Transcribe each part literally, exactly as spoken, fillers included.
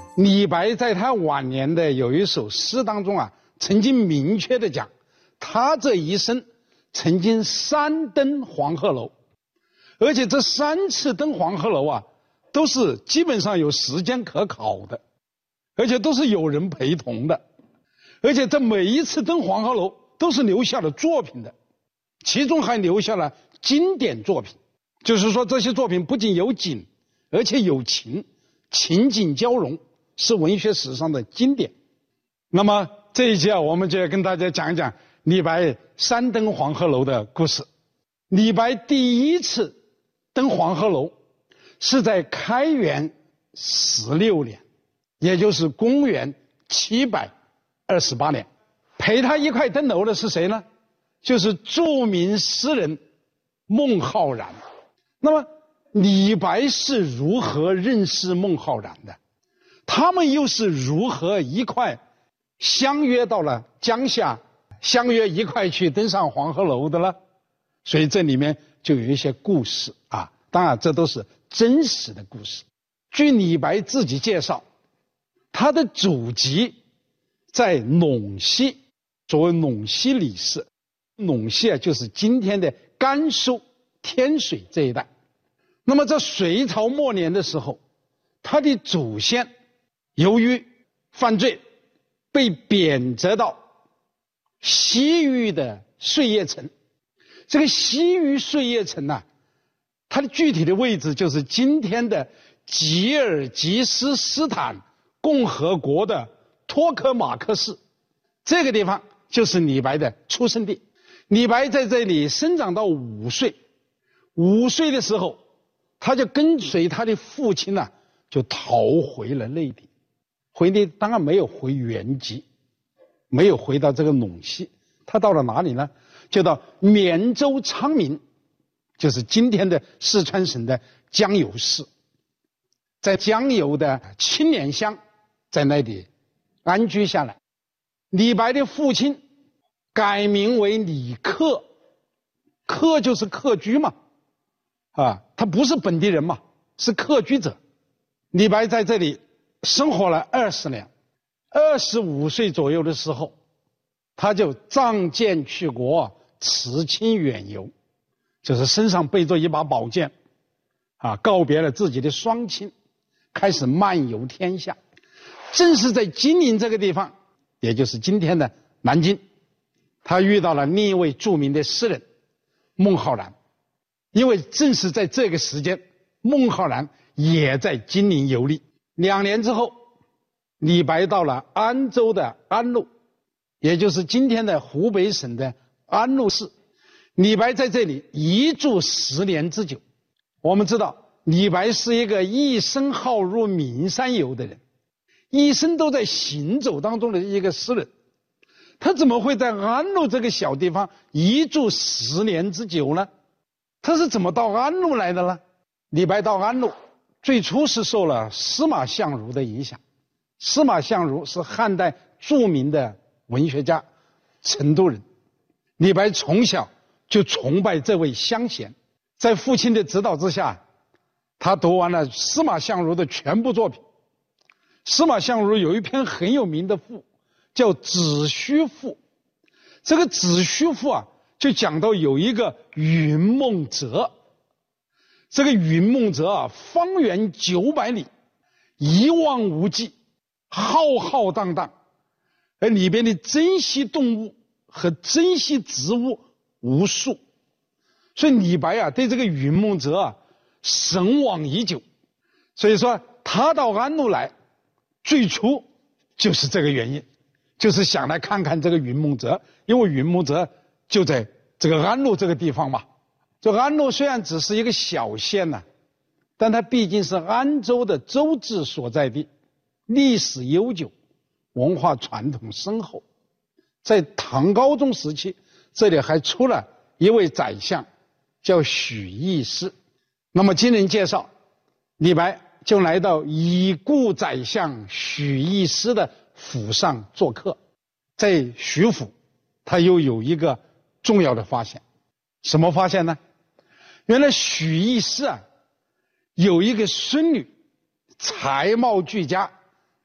李白在他晚年的有一首诗当中啊，曾经明确的讲，他这一生曾经三登黄鹤楼，而且这三次登黄鹤楼啊，都是基本上有时间可考的，而且都是有人陪同的，而且这每一次登黄鹤楼都是留下了作品的，其中还留下了经典作品，就是说这些作品不仅有景，而且有情，情景交融，是文学史上的经典。那么这一节啊，我们就要跟大家讲一讲李白三登黄鹤楼的故事。李白第一次登黄鹤楼是在开元十六年，也就是公元七百二十八年。陪他一块登楼的是谁呢？就是著名诗人孟浩然。那么李白是如何认识孟浩然的？他们又是如何一块相约到了江夏，相约一块去登上黄鹤楼的呢？所以这里面就有一些故事啊，当然这都是真实的故事。据李白自己介绍，他的祖籍在陇西，所谓陇西李氏，陇西啊就是今天的甘肃天水这一带。那么在隋朝末年的时候，他的祖先由于犯罪被贬谪到西域的碎叶城。这个西域碎叶城呢、啊，它的具体的位置就是今天的吉尔吉斯斯坦共和国的托克马克市，这个地方就是李白的出生地。李白在这里生长到五岁，五岁的时候，他就跟随他的父亲呢、啊，就逃回了内地。回内当然没有回原籍，没有回到这个陇西，他到了哪里呢？就到绵州昌明，就是今天的四川省的江油市，在江油的青莲乡，在那里安居下来。李白的父亲改名为李克，客就是客居嘛，啊，他不是本地人嘛，是客居者。李白在这里生活了二十年，二十五岁左右的时候，他就仗剑去国，辞亲远游，就是身上背着一把宝剑，啊，告别了自己的双亲，开始漫游天下。正是在金陵这个地方，也就是今天的南京，他遇到了另一位著名的诗人孟浩然。因为正是在这个时间，孟浩然也在金陵游历。两年之后，李白到了安州的安陆，也就是今天的湖北省的安陆市。李白在这里一住十年之久。我们知道李白是一个一生好入名山游的人，一生都在行走当中的一个诗人，他怎么会在安陆这个小地方一住十年之久呢？他是怎么到安陆来的呢？李白到安陆最初是受了司马相如的影响。司马相如是汉代著名的文学家，成都人。李白从小就崇拜这位乡贤，在父亲的指导之下，他读完了司马相如的全部作品。司马相如有一篇很有名的赋，叫《子虚赋》。这个《子虚赋》啊，就讲到有一个云梦泽。这个云梦泽啊，方圆九百里，一望无际，浩浩荡荡，而里边的珍稀动物和珍稀植物无数。所以李白啊，对这个云梦泽啊神往已久。所以说他到安陆来，最初就是这个原因，就是想来看看这个云梦泽，因为云梦泽就在这个安陆这个地方嘛。这安陆虽然只是一个小县呢、啊，但它毕竟是安州的州治所在地，历史悠久，文化传统深厚。在唐高宗时期，这里还出了一位宰相，叫许义师。那么经人介绍，李白就来到已故宰相许义师的府上做客。在徐府，他又有一个重要的发现。什么发现呢？原来许义师啊，有一个孙女，才貌俱佳，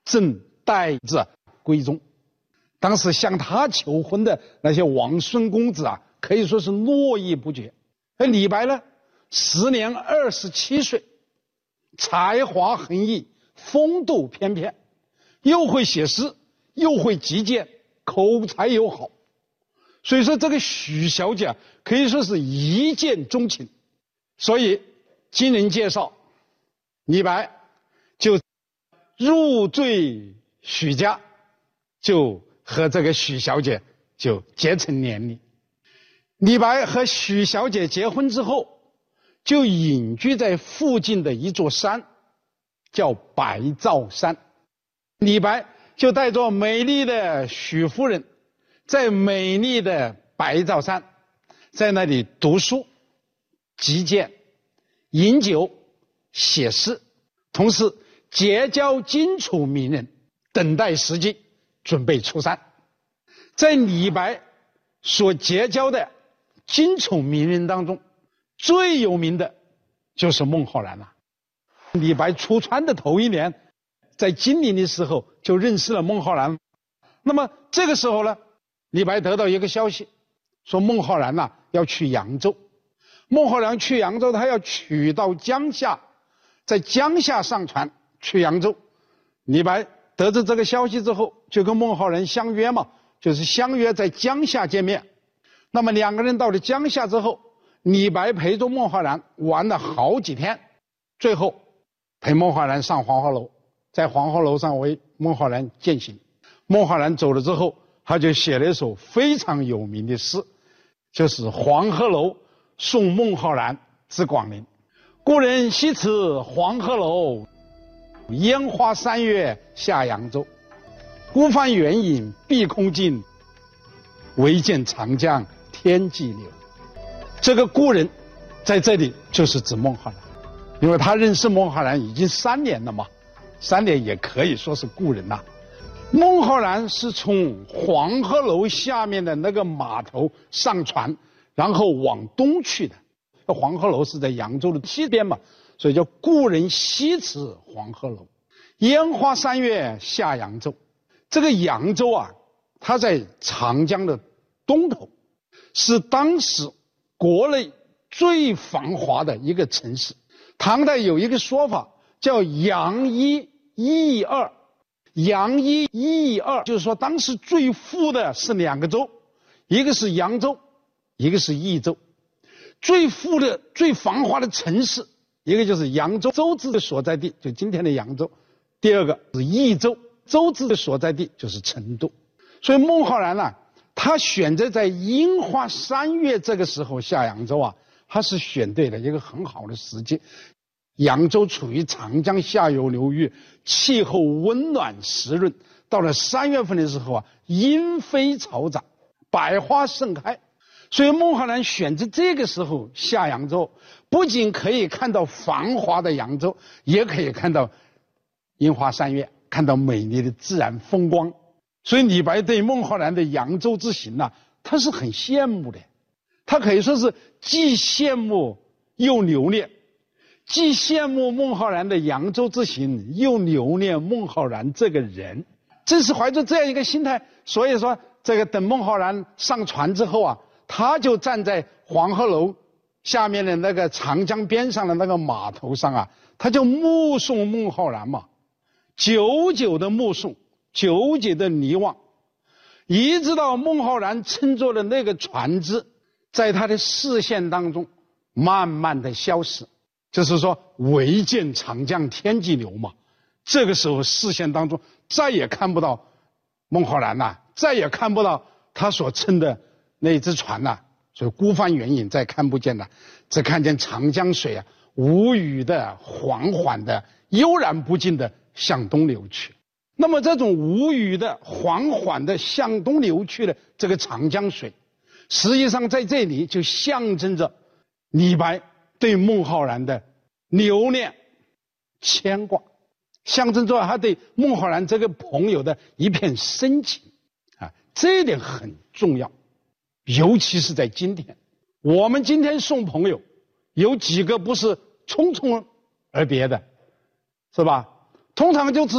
正带着闺中。当时向他求婚的那些王孙公子啊，可以说是络绎不绝。而李白呢，时年二十七岁，才华横溢，风度翩翩，又会写诗，又会击剑，口才又好。所以说这个许小姐啊，可以说是一见钟情。所以经人介绍，李白就入赘许家，就和这个许小姐就结成连理。李白和许小姐结婚之后，就隐居在附近的一座山，叫白兆山。李白就带着美丽的许夫人，在美丽的白兆山，在那里读书、击剑、饮酒、写诗，同时结交荆楚名人，等待时机，准备出山。在李白所结交的荆楚名人当中，最有名的就是孟浩然了。李白出川的头一年，在金陵的时候就认识了孟浩然。那么这个时候呢，李白得到一个消息，说孟浩然呐要去扬州。孟浩然去扬州，他要取到江夏，在江夏上船去扬州。李白得知这个消息之后，就跟孟浩然相约嘛，就是相约在江夏见面。那么两个人到了江夏之后，李白陪着孟浩然玩了好几天，最后陪孟浩然上黄鹤楼，在黄鹤楼上为孟浩然饯行。孟浩然走了之后，他就写了一首非常有名的诗，就是《黄鹤楼送孟浩然之广陵》。故人西辞黄鹤楼，烟花三月下扬州。孤帆远影碧空尽，唯见长江天际流。这个故人在这里就是指孟浩然，因为他认识孟浩然已经三年了嘛，三年也可以说是故人了。孟浩然是从黄鹤楼下面的那个码头上船，然后往东去的。黄鹤楼是在扬州的西边嘛，所以叫故人西辞黄鹤楼，烟花三月下扬州。这个扬州啊，它在长江的东头，是当时国内最繁华的一个城市。唐代有一个说法叫扬一益二，扬一益二就是说当时最富的是两个州，一个是扬州，一个是益州。最富的最繁华的城市，一个就是扬州，州治的所在地就今天的扬州；第二个是益州，州治的所在地就是成都。所以孟浩然呢、啊，他选择在樱花三月这个时候下扬州啊，他是选对了一个很好的时机。扬州处于长江下游流域，气候温暖湿润，到了三月份的时候啊，莺飞草长，百花盛开。所以孟浩然选择这个时候下扬州，不仅可以看到繁华的扬州，也可以看到樱花三月，看到美丽的自然风光。所以李白对孟浩然的扬州之行呢、啊，他是很羡慕的，他可以说是既羡慕又留恋，既羡慕孟浩然的扬州之行，又留恋孟浩然这个人。正是怀着这样一个心态，所以说这个等孟浩然上船之后啊，他就站在黄鹤楼下面的那个长江边上的那个码头上啊，他就目送孟浩然嘛，久久的目送，久久的凝望，一直到孟浩然乘坐的那个船只在他的视线当中慢慢的消失，就是说唯见长江天际流嘛。这个时候视线当中再也看不到孟浩然了、啊，再也看不到他所乘的那只船呐、啊，所以孤帆远影再看不见了，只看见长江水啊，无语的、缓缓的、悠然不尽的向东流去。那么这种无语的、缓缓的向东流去的这个长江水，实际上在这里就象征着李白对孟浩然的留恋、牵挂，象征着他对孟浩然这个朋友的一片深情啊，这一点很重要。尤其是在今天，我们今天送朋友，有几个不是匆匆而别的，是吧？通常就是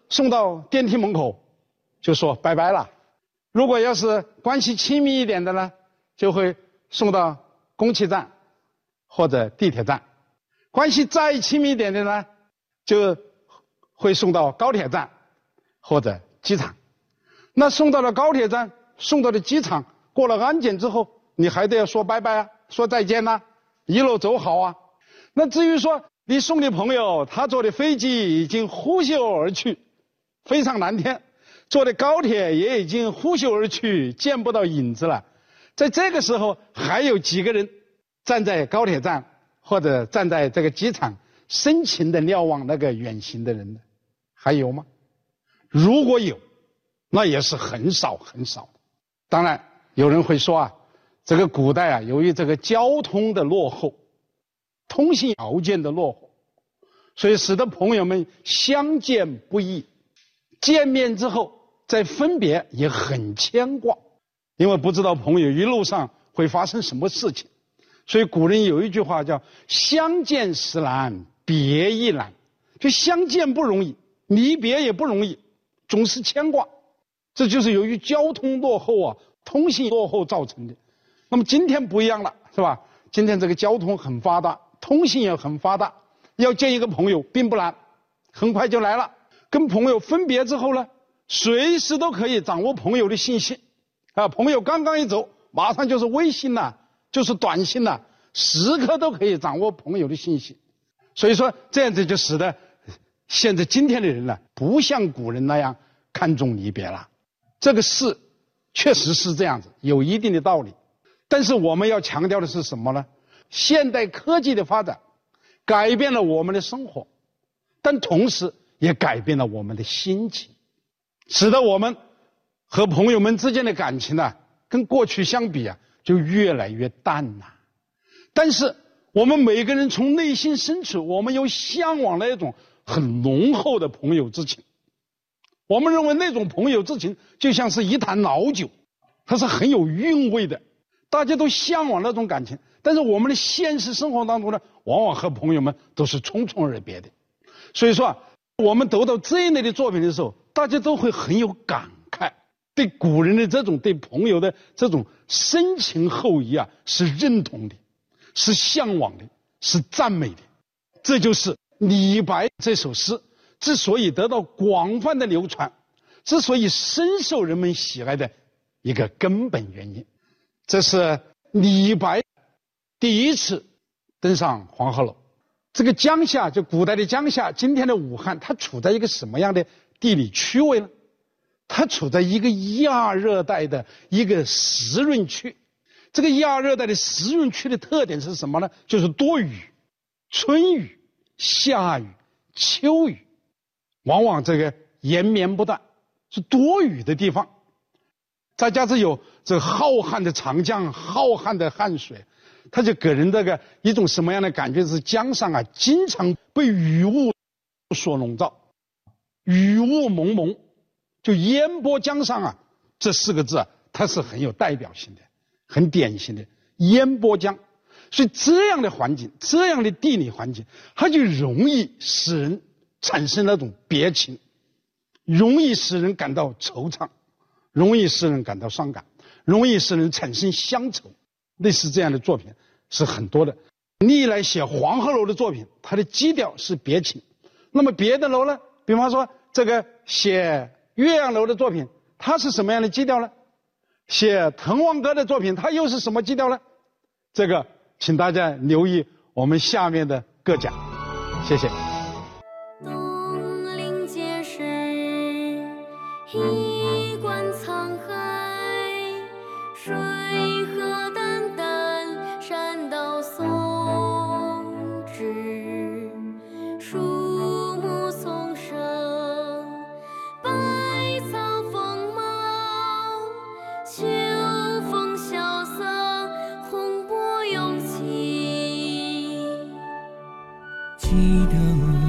送到电梯门口，就说拜拜了。如果要是关系亲密一点的呢，就会送到公汽站或者地铁站；关系再亲密一点的呢，就会送到高铁站或者机场。那送到了高铁站，送到了机场，过了安检之后，你还得要说拜拜啊，说再见呐、啊，一路走好啊。那至于说你送的朋友，他坐的飞机已经呼啸而去，飞上蓝天，坐的高铁也已经呼啸而去，见不到影子了。在这个时候，还有几个人站在高铁站或者站在这个机场，深情地瞭望那个远行的人呢？还有吗？如果有，那也是很少很少。当然，有人会说啊，这个古代啊，由于这个交通的落后，通信条件的落后，所以使得朋友们相见不易，见面之后再分别也很牵挂，因为不知道朋友一路上会发生什么事情。所以古人有一句话叫相见时难，别亦难，就相见不容易，离别也不容易，总是牵挂。这就是由于交通落后啊，通信落后造成的。那么今天不一样了，是吧？今天这个交通很发达，通信也很发达，要见一个朋友并不难，很快就来了。跟朋友分别之后呢，随时都可以掌握朋友的信息啊，朋友刚刚一走，马上就是微信呐、啊，就是短信呐、啊，时刻都可以掌握朋友的信息。所以说这样子就使得现在今天的人呢，不像古人那样看重离别了。这个事确实是这样子，有一定的道理。但是我们要强调的是什么呢？现代科技的发展改变了我们的生活，但同时也改变了我们的心情，使得我们和朋友们之间的感情呢、啊，跟过去相比啊，就越来越淡了。但是我们每个人从内心深处，我们又向往那种很浓厚的朋友之情。我们认为那种朋友之情就像是一坛老酒，它是很有韵味的，大家都向往那种感情。但是我们的现实生活当中呢，往往和朋友们都是匆匆而别的。所以说啊，我们读到这一类的作品的时候，大家都会很有感慨，对古人的这种对朋友的这种深情厚谊啊，是认同的，是向往的，是赞美的。这就是李白这首诗之所以得到广泛的流传，之所以深受人们喜爱的一个根本原因。这是李白第一次登上黄鹤楼。这个江夏，就古代的江夏，今天的武汉，它处在一个什么样的地理区位呢？它处在一个亚热带的一个湿润区。这个亚热带的湿润区的特点是什么呢？就是多雨，春雨、夏雨、秋雨，往往这个延绵不断，是多雨的地方。再加之有这浩瀚的长江、浩瀚的汉水，它就给人这个一种什么样的感觉？是江上啊，经常被雨雾所笼罩，雨雾蒙蒙，就烟波江上啊，这四个字啊，它是很有代表性的，很典型的烟波江。所以这样的环境，这样的地理环境，它就容易使人产生那种别情，容易使人感到惆怅，容易使人感到伤感，容易使人产生乡愁。类似这样的作品是很多的。历来写黄鹤楼的作品，它的基调是别情。那么别的楼呢？比方说这个写岳阳楼的作品，它是什么样的基调呢？写滕王阁的作品，它又是什么基调呢？这个请大家留意我们下面的各讲。谢谢。 东临碣石，一观沧海，水河澹澹，山道松枝，树木丛生，百草丰茂，秋风萧瑟，洪波涌起。 记得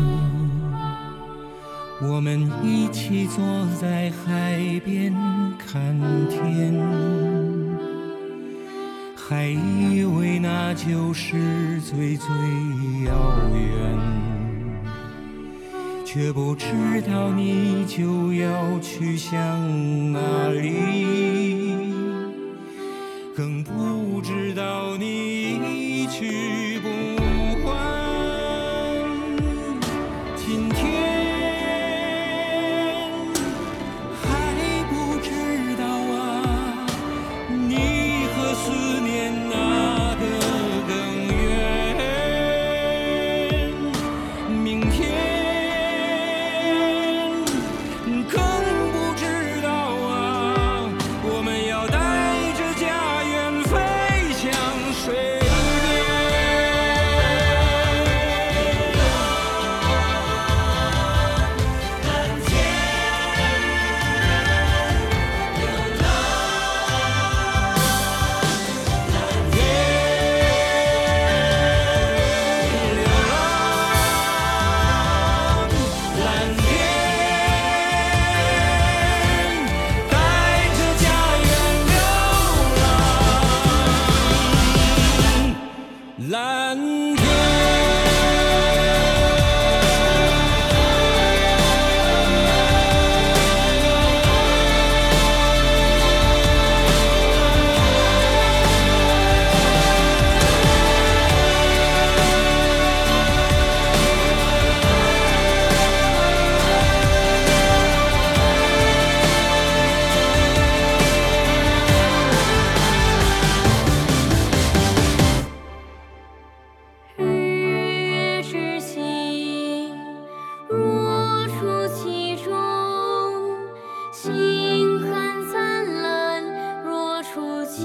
我们一起坐在海边看天，还以为那就是最最遥远， 却不知道你就要去向哪里，更不知道你一去不还。今天还不知道啊，你和思念哪个更远。明天更不知道啊，我们要带着家园飞向水边。蓝天流浪，蓝天流浪，蓝天带着家园流浪，蓝天。 日月之行，若处其中；星汉灿烂，若处其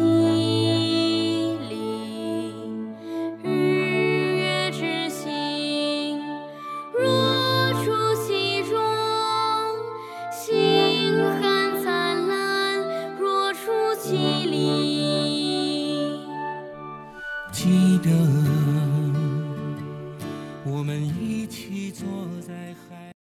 里。日月之行，若处其中；星汉灿烂，若处其里。 记得我们一起坐在海